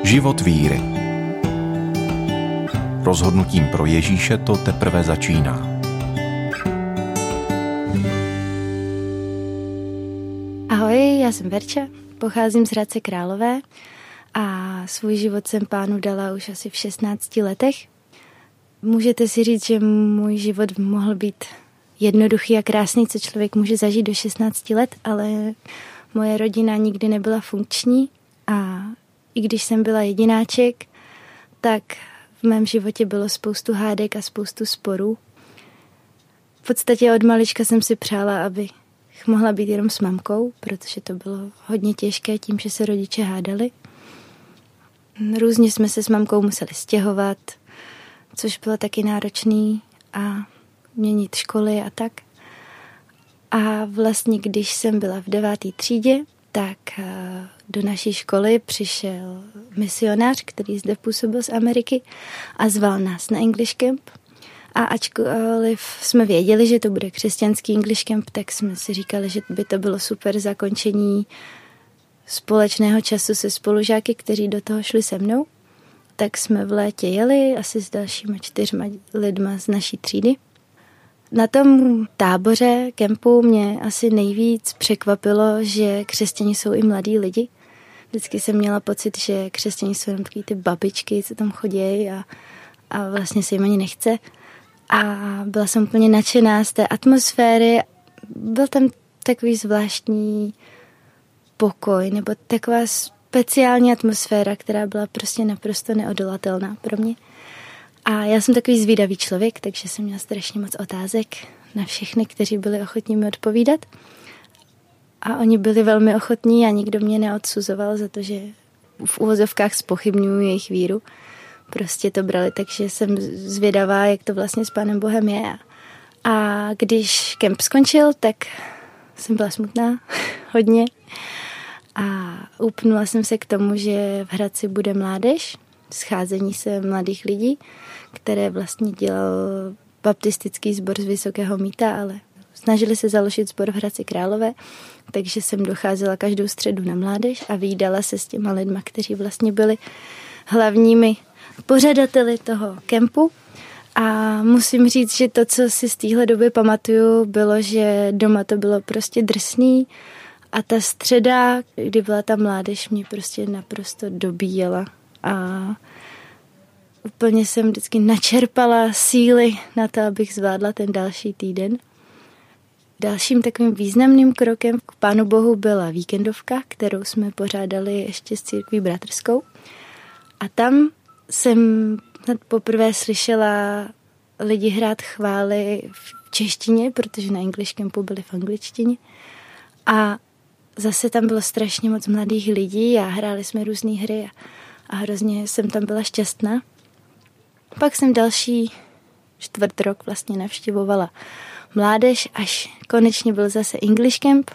Život víry. Rozhodnutím pro Ježíše to teprve začíná. Ahoj, já jsem Verča, pocházím z Hradce Králové a svůj život jsem Pánu dala už asi v 16 letech. Můžete si říct, že můj život mohl být jednoduchý a krásný, co člověk může zažít do 16 let, ale moje rodina nikdy nebyla funkční a i když jsem byla jedináček, tak v mém životě bylo spoustu hádek a spoustu sporů. V podstatě od malička jsem si přála, aby mohla být jenom s mamkou, protože to bylo hodně těžké tím, že se rodiče hádali. Různě jsme se s mamkou museli stěhovat, což bylo taky náročný a měnit školy a tak. A vlastně, když jsem byla v 9. třídě, tak do naší školy přišel misionář, který zde působil z Ameriky a zval nás na English Camp. A ačkoliv jsme věděli, že to bude křesťanský English Camp, tak jsme si říkali, že by to bylo super zakončení společného času se spolužáky, kteří do toho šli se mnou. Tak jsme v létě jeli asi s dalšíma 4 lidma z naší třídy. Na tom táboře, kempu mě asi nejvíc překvapilo, že křesťani jsou i mladí lidi. Vždycky jsem měla pocit, že křesťani jsou jenom takový ty babičky, co tam chodí a vlastně se jim ani nechce. A byla jsem úplně nadšená z té atmosféry. Byl tam takový zvláštní pokoj nebo taková speciální atmosféra, která byla prostě naprosto neodolatelná pro mě. A já jsem takový zvídavý člověk, takže jsem měla strašně moc otázek na všechny, kteří byli ochotní mi odpovídat. A oni byli velmi ochotní a nikdo mě neodsuzoval za to, že v uvozovkách zpochybňuji jejich víru. Prostě to brali, takže jsem zvědavá, jak to vlastně s Pánem Bohem je. A když kemp skončil, tak jsem byla smutná hodně. A upnula jsem se k tomu, že v Hradci bude mládež, scházení se mladých lidí, které vlastně dělal baptistický sbor z Vysokého Mýta, ale snažili se založit sbor v Hradci Králové, takže jsem docházela každou středu na mládež a vídala se s těma lidma, kteří vlastně byli hlavními pořadateli toho kempu. A musím říct, že to, co si z téhle doby pamatuju, bylo, že doma to bylo prostě drsný a ta středa, kdy byla ta mládež, mě prostě naprosto dobíjela a úplně jsem vždycky načerpala síly na to, abych zvládla ten další týden. Dalším takovým významným krokem k Pánu Bohu byla víkendovka, kterou jsme pořádali ještě s církví bratrskou. A tam jsem poprvé slyšela lidi hrát chvály v češtině, protože na English Campu byli v angličtině. A zase tam bylo strašně moc mladých lidí a hráli jsme různé hry a hrozně jsem tam byla šťastná. Pak jsem další 4. rok vlastně navštěvovala mládež, až konečně byl zase English Camp.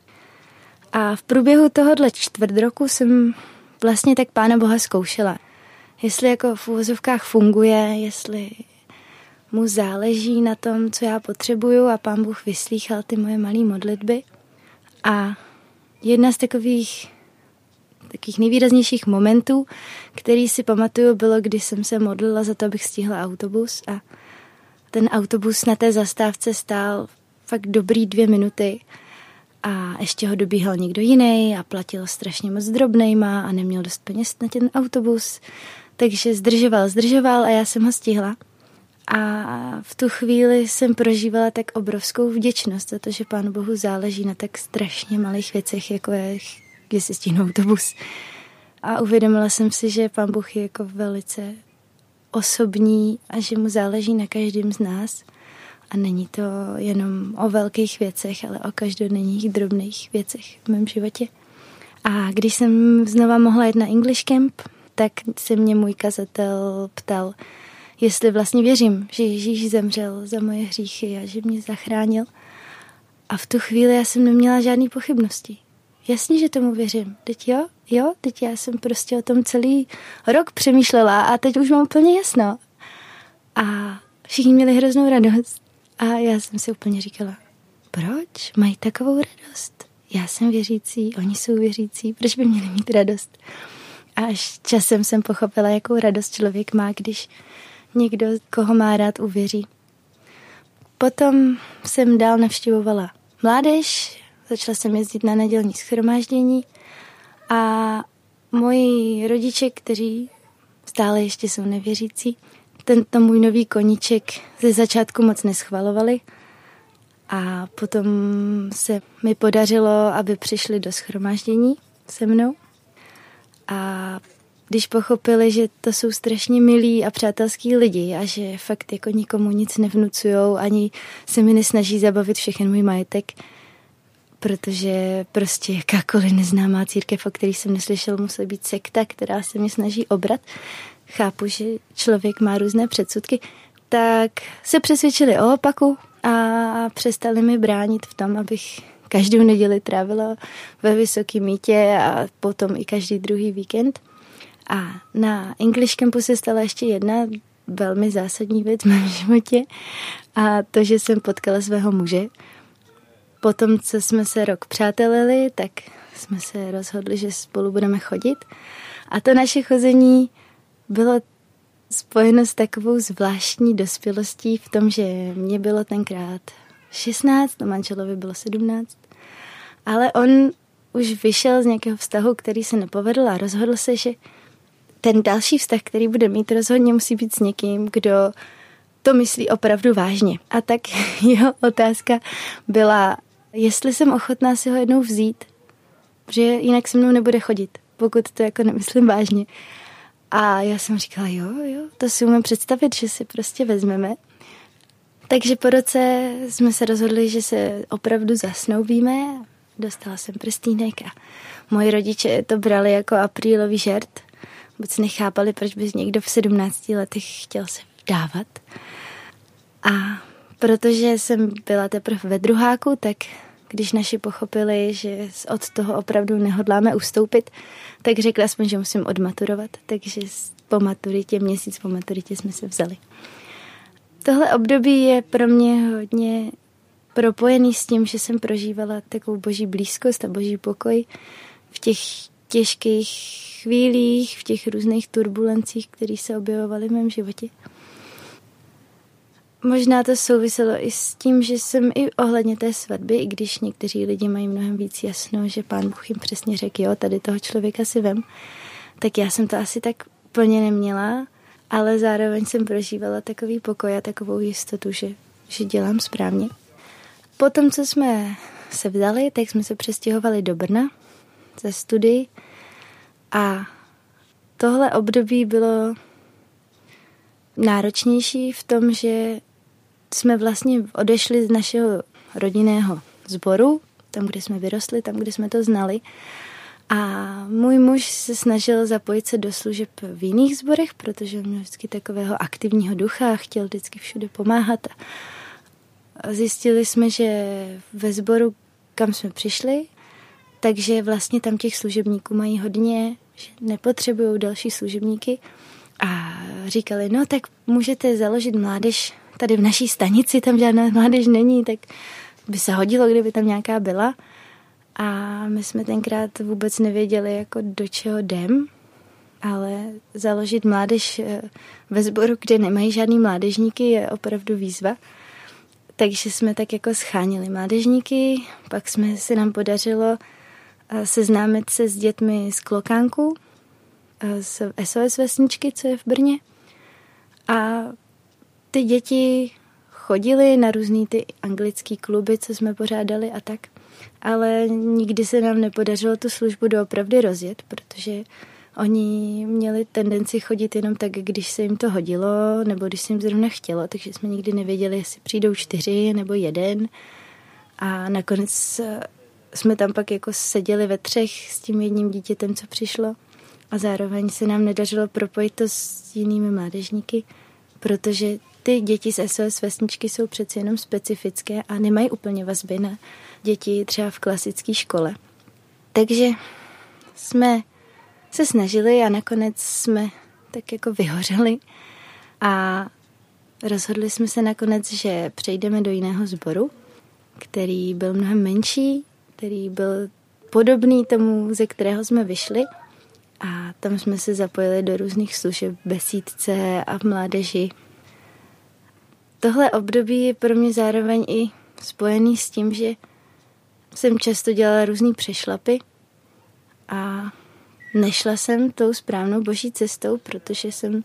A v průběhu tohohle 4. roku jsem vlastně tak Pána Boha zkoušela. Jestli jako v uvozovkách funguje, jestli mu záleží na tom, co já potřebuju a Pán Bůh vyslýchal ty moje malé modlitby. A jedna z takových nejvýraznějších momentů, který si pamatuju, bylo, když jsem se modlila za to, abych stihla autobus a ten autobus na té zastávce stál fakt dobrý 2 minuty a ještě ho dobíhal někdo jiný a platil strašně moc drobnejma a neměl dost peněz na ten autobus, takže zdržoval a já jsem ho stihla. A v tu chvíli jsem prožívala tak obrovskou vděčnost za to, že Pánu Bohu záleží na tak strašně malých věcech, jako je, že si stihnu autobus. A uvědomila jsem si, že Pán Bůh je jako velice osobní a že mu záleží na každém z nás. A není to jenom o velkých věcech, ale o každodenních drobných věcech v mém životě. A když jsem znova mohla jít na English Camp, tak se mě můj kazatel ptal, jestli vlastně věřím, že Ježíš zemřel za moje hříchy a že mě zachránil. A v tu chvíli já jsem neměla žádný pochybnosti. Jasně, že tomu věřím. Teď jo, teď já jsem prostě o tom celý rok přemýšlela a teď už mám úplně jasno. A všichni měli hroznou radost. A já jsem si úplně říkala, proč mají takovou radost? Já jsem věřící, oni jsou věřící, proč by měli mít radost? A až časem jsem pochopila, jakou radost člověk má, když někdo, koho má rád, uvěří. Potom jsem dál navštěvovala mládež, začala jsem jezdit na nedělní shromáždění a moji rodiče, kteří stále ještě jsou nevěřící, tento můj nový koníček ze začátku moc neschvalovali a potom se mi podařilo, aby přišli do shromáždění se mnou. A když pochopili, že to jsou strašně milí a přátelský lidi a že fakt jako nikomu nic nevnucujou, ani se mi nesnaží zabavit všechen můj majetek, protože prostě jakákoliv neznámá církev, o který jsem neslyšel, musí být sekta, která se mě snaží obrat. Chápu, že člověk má různé předsudky, tak se přesvědčili o opaku a přestali mi bránit v tom, abych každou neděli trávila ve Vysokém Mýtě a potom i každý druhý víkend. A na English Campu se stala ještě jedna velmi zásadní věc v mém životě a to, že jsem potkala svého muže. Potom, co jsme se rok přátelili, tak jsme se rozhodli, že spolu budeme chodit. A to naše chození bylo spojeno s takovou zvláštní dospělostí v tom, že mě bylo tenkrát 16, a manželovi bylo 17. Ale on už vyšel z nějakého vztahu, který se nepovedl a rozhodl se, že ten další vztah, který bude mít, rozhodně musí být s někým, kdo to myslí opravdu vážně. A tak jeho otázka byla, jestli jsem ochotná si ho jednou vzít, že jinak se mnou nebude chodit, pokud to jako nemyslím vážně. A já jsem říkala, jo, to si umím představit, že si prostě vezmeme. Takže po roce jsme se rozhodli, že se opravdu zasnoubíme. Dostala jsem prstýnek a moji rodiče to brali jako aprílový žert. Vůbec nechápali, proč by někdo v 17 letech chtěl se vdávat. A protože jsem byla teprve ve druháku, tak když naši pochopili, že od toho opravdu nehodláme ustoupit, tak řekla aspoň, že musím odmaturovat. Takže měsíc po maturitě jsme se vzali. Tohle období je pro mě hodně propojený s tím, že jsem prožívala takovou boží blízkost a boží pokoj v těch těžkých chvílích, v těch různých turbulencích, které se objevovaly v mém životě. Možná to souviselo i s tím, že jsem i ohledně té svatby, i když někteří lidi mají mnohem víc jasno, že Pán Bůh jim přesně řekl, jo, tady toho člověka si vem, tak já jsem to asi tak plně neměla, ale zároveň jsem prožívala takový pokoj a takovou jistotu, že dělám správně. Potom, co jsme se vdali, tak jsme se přestěhovali do Brna ze studií a tohle období bylo náročnější v tom, že jsme vlastně odešli z našeho rodinného sboru, tam, kde jsme vyrostli, tam, kde jsme to znali. A můj muž se snažil zapojit se do služeb v jiných sborech, protože měl vždycky takového aktivního ducha a chtěl vždycky všude pomáhat. A zjistili jsme, že ve sboru, kam jsme přišli, takže vlastně tam těch služebníků mají hodně, že nepotřebují další služebníky. A říkali, no tak můžete založit mládež tady v naší stanici, tam žádná mládež není, tak by se hodilo, kdyby tam nějaká byla. A my jsme tenkrát vůbec nevěděli, jako do čeho jdem, ale založit mládež ve sboru, kde nemají žádný mládežníky, je opravdu výzva. Takže jsme tak jako schánili mládežníky, pak se nám podařilo seznámit se s dětmi z Klokánku, z SOS vesničky, co je v Brně. A ty děti chodily na různý ty anglický kluby, co jsme pořádali a tak. Ale nikdy se nám nepodařilo tu službu doopravdy rozjet, protože oni měli tendenci chodit jenom tak, když se jim to hodilo, nebo když se jim zrovna chtělo, takže jsme nikdy nevěděli, jestli přijdou 4 nebo 1. A nakonec jsme tam pak jako seděli ve 3 s tím jedním dítětem, co přišlo. A zároveň se nám nedařilo propojit to s jinými mládežníky, protože ty děti z SOS vesničky jsou přeci jenom specifické a nemají úplně vazby na děti třeba v klasické škole. Takže jsme se snažili a nakonec jsme tak jako vyhořeli a rozhodli jsme se nakonec, že přejdeme do jiného sboru, který byl mnohem menší, který byl podobný tomu, ze kterého jsme vyšli, A tam jsme se zapojili do různých služeb v besídce a v mládeži. Tohle období je pro mě zároveň i spojený s tím, že jsem často dělala různý přešlapy a nešla jsem tou správnou boží cestou, protože jsem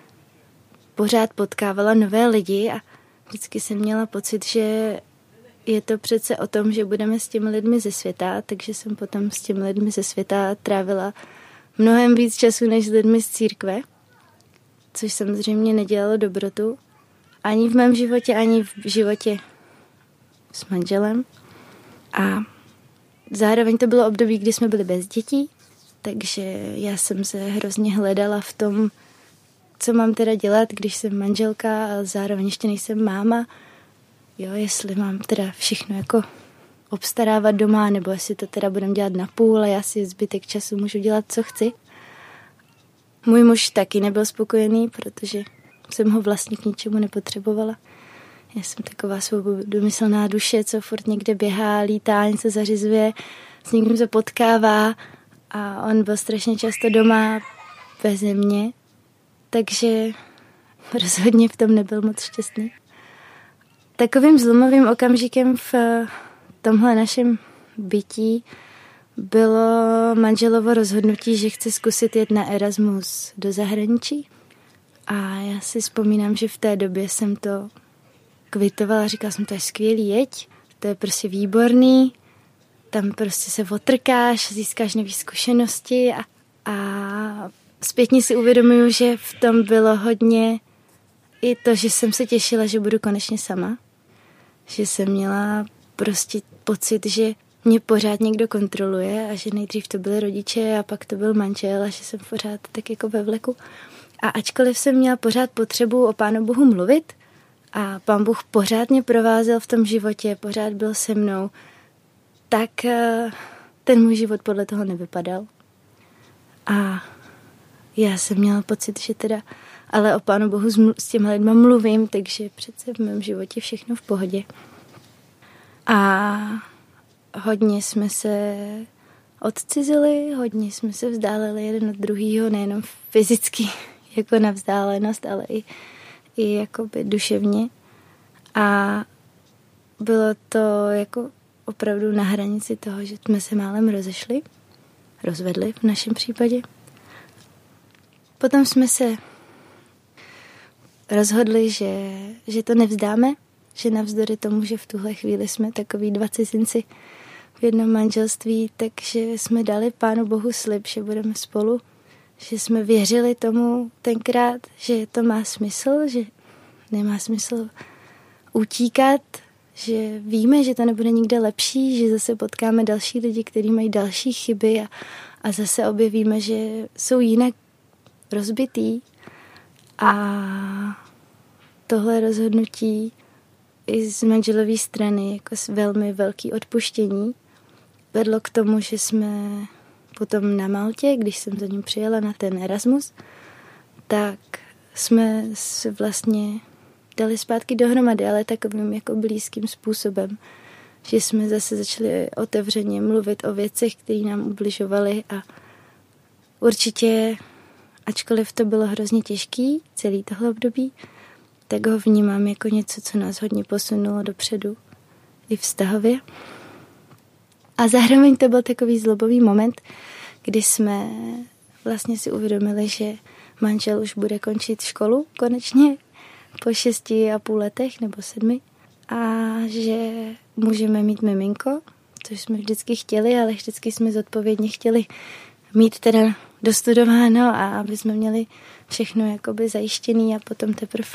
pořád potkávala nové lidi a vždycky jsem měla pocit, že je to přece o tom, že budeme s těmi lidmi ze světa, takže jsem potom s těmi lidmi ze světa trávila mnohem víc času než s lidmi z církve, což samozřejmě nedělalo dobrotu ani v mém životě, ani v životě s manželem. A zároveň to bylo období, kdy jsme byli bez dětí, takže já jsem se hrozně hledala v tom, co mám teda dělat, když jsem manželka a zároveň ještě nejsem máma. Jo, jestli mám teda všechno jako obstarávat doma, nebo jestli to teda budeme dělat na půl a já si zbytek času můžu dělat, co chci. Můj muž taky nebyl spokojený, protože jsem ho vlastně k ničemu nepotřebovala. Já jsem taková svobodomyslná duše, co furt někde běhá, lítá, něco zařizuje, s někým se potkává a on byl strašně často doma beze mě, takže rozhodně v tom nebyl moc šťastný. Takovým zlomovým okamžikem v tomhle našem bytí bylo manželovo rozhodnutí, že chce zkusit jet na Erasmus do zahraničí. A já si vzpomínám, že v té době jsem to kvitovala, říkala jsem, to je skvělý, jeď, to je prostě výborný, tam prostě se otrkáš, získáš nové zkušenosti a zpětně si uvědomuju, že v tom bylo hodně i to, že jsem se těšila, že budu konečně sama, že jsem měla prostě pocit, že mě pořád někdo kontroluje a že nejdřív to byly rodiče a pak to byl manžel a že jsem pořád tak jako ve vleku. A ačkoliv jsem měla pořád potřebu o Pánu Bohu mluvit a Pán Bůh pořád mě provázel v tom životě, pořád byl se mnou, tak ten můj život podle toho nevypadal. A já jsem měla pocit, že teda ale o Pánu Bohu s těma lidma mluvím, takže přece v mém životě všechno v pohodě. A hodně jsme se odcizili, hodně jsme se vzdálili jeden od druhýho, nejenom fyzicky, jako na vzdálenost, ale i jakoby duševně. A bylo to jako opravdu na hranici toho, že jsme se málem rozvedli v našem případě. Potom jsme se rozhodli, že to nevzdáme, že navzdory tomu, že v tuhle chvíli jsme takový 2 cizinci v jednom manželství, takže jsme dali Pánu Bohu slib, že budeme spolu, že jsme věřili tomu tenkrát, že to má smysl, že nemá smysl utíkat, že víme, že to nebude nikde lepší, že zase potkáme další lidi, kteří mají další chyby a zase objevíme, že jsou jinak rozbitý. A tohle rozhodnutí i z manželové strany jako velmi velký odpuštění vedlo k tomu, že jsme potom na Maltě, když jsem za ním přijela na ten Erasmus, tak jsme se vlastně dali zpátky dohromady, ale takovým jako blízkým způsobem, že jsme zase začali otevřeně mluvit o věcech, které nám ubližovaly a určitě, ačkoliv to bylo hrozně těžký celý tohle období, tak ho vnímám jako něco, co nás hodně posunulo dopředu i vztahově. A zároveň to byl takový zlobový moment, kdy jsme vlastně si uvědomili, že manžel už bude končit školu konečně po 6,5 letech nebo 7 a že můžeme mít miminko, což jsme vždycky chtěli, ale vždycky jsme zodpovědně chtěli mít teda dostudováno a aby jsme měli všechno jakoby zajištěný a potom teprve.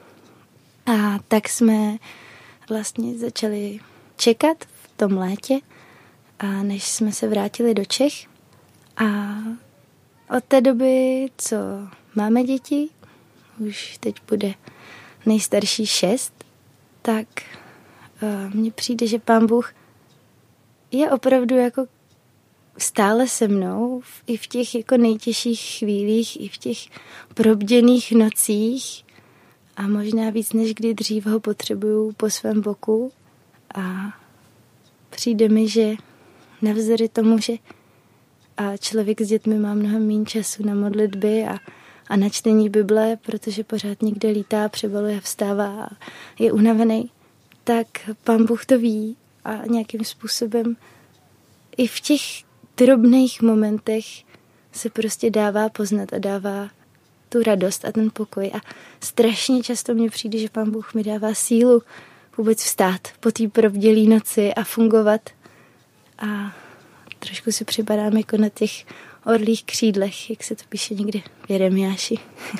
A tak jsme vlastně začali čekat v tom létě, a než jsme se vrátili do Čech. A od té doby, co máme děti, už teď bude nejstarší 6, tak mně přijde, že Pán Bůh je opravdu jako stále se mnou i v těch jako nejtěžších chvílích, i v těch probděných nocích a možná víc než kdy dřív ho potřebuju po svém boku a přijde mi, že navzdory tomu, že a člověk s dětmi má mnohem méně času na modlitby a na čtení Bible, protože pořád někde lítá, přebaluje, vstává a je unavený, tak Pán Bůh to ví a nějakým způsobem i v těch drobných momentech se prostě dává poznat a dává tu radost a ten pokoj. A strašně často mně přijde, že Pán Bůh mi dává sílu vůbec vstát po té provdělý noci a fungovat. A trošku si připadám jako na těch orlích křídlech, jak se to píše někde v Jeremiáši.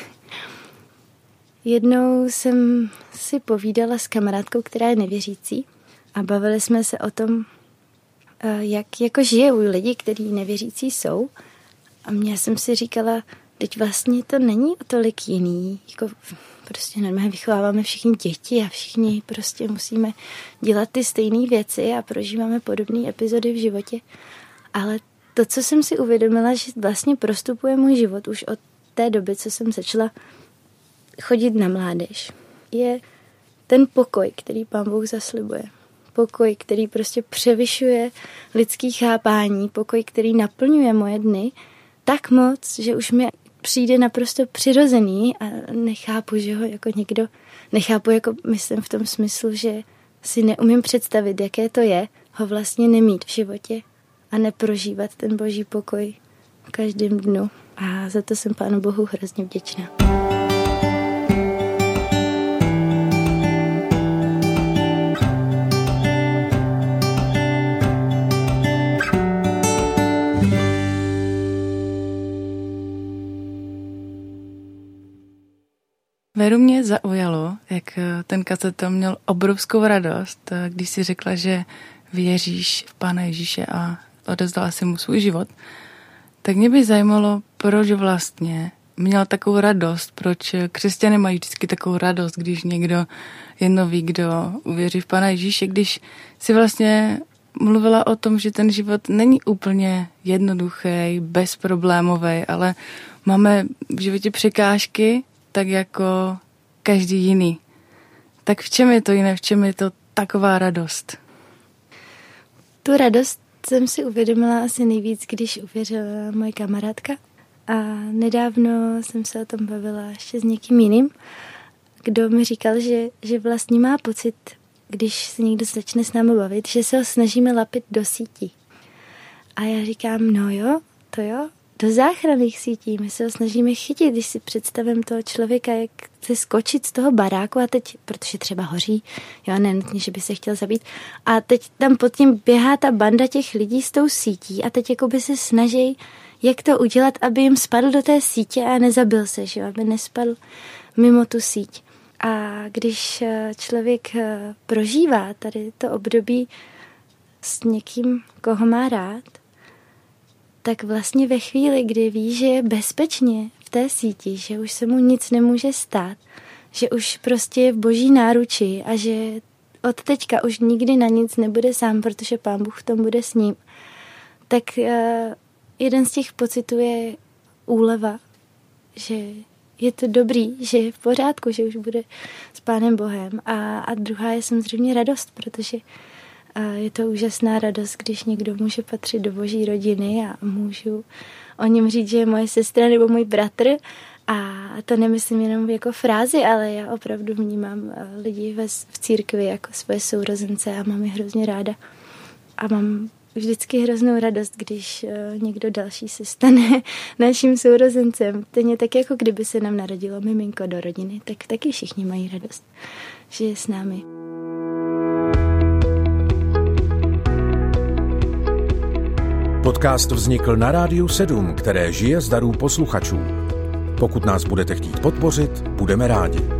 Jednou jsem si povídala s kamarádkou, která je nevěřící a bavili jsme se o tom, jak jako žijou lidi, kteří nevěřící jsou. A já jsem si říkala, teď vlastně to není o tolik jiný. Jako prostě normálně vychováváme všichni děti a všichni prostě musíme dělat ty stejné věci a prožíváme podobné epizody v životě. Ale to, co jsem si uvědomila, že vlastně prostupuje můj život už od té doby, co jsem začala chodit na mládež, je ten pokoj, který Pán Bůh zaslibuje. Pokoj, který prostě převyšuje lidský chápání, pokoj, který naplňuje moje dny tak moc, že už mi přijde naprosto přirozený a nechápu, že ho jako někdo, nechápu jako myslím v tom smyslu, že si neumím představit, jaké to je ho vlastně nemít v životě a neprožívat ten boží pokoj v každém dnu. A za to jsem Pánu Bohu hrozně vděčná. Veru mě zaujalo, jak ten kazatel měl obrovskou radost, když si řekla, že věříš v Pána Ježíše a odezdala si mu svůj život. Tak mě by zajímalo, proč vlastně měl takovou radost, proč křesťané mají vždycky takovou radost, když někdo je nový, kdo uvěří v Pána Ježíše, když si vlastně mluvila o tom, že ten život není úplně jednoduchý, bezproblémový, ale máme v životě překážky, tak jako každý jiný. Tak v čem je to jiné, v čem je to taková radost? Tu radost jsem si uvědomila asi nejvíc, když uvěřila moje kamarádka. A nedávno jsem se o tom bavila ještě s někým jiným, kdo mi říkal, že vlastně má pocit, když se někdo začne s námi bavit, že se ho snažíme lapit do sítí. A já říkám, no jo, to jo, do záchranných sítí. My se ho snažíme chytit, když si představím toho člověka, jak chce skočit z toho baráku a teď, protože třeba hoří, jo, nenutně, že by se chtěl zabít. A teď tam pod tím běhá ta banda těch lidí s tou sítí a teď jakoby se snaží, jak to udělat, aby jim spadl do té sítě a nezabil se, že jo, aby nespadl mimo tu síť. A když člověk prožívá tady to období s někým, koho má rád, tak vlastně ve chvíli, kdy ví, že je bezpečně v té síti, že už se mu nic nemůže stát, že už prostě je v boží náruči a že od teďka už nikdy na nic nebude sám, protože Pán Bůh v tom bude s ním, tak jeden z těch pocitů je úleva, že je to dobrý, že je v pořádku, že už bude s Pánem Bohem. A druhá je samozřejmě radost, protože je to úžasná radost, když někdo může patřit do boží rodiny a můžu o něm říct, že je moje sestra nebo můj bratr. A to nemyslím jenom jako frázi, ale já opravdu vnímám lidi v církvi jako svoje sourozence a mám je hrozně ráda. A mám vždycky hroznou radost, když někdo další se stane naším sourozencem. Stejně tak, jako kdyby se nám narodilo miminko do rodiny, tak taky všichni mají radost, že je s námi. Podcast vznikl na Rádiu 7, které žije z darů posluchačů. Pokud nás budete chtít podpořit, budeme rádi.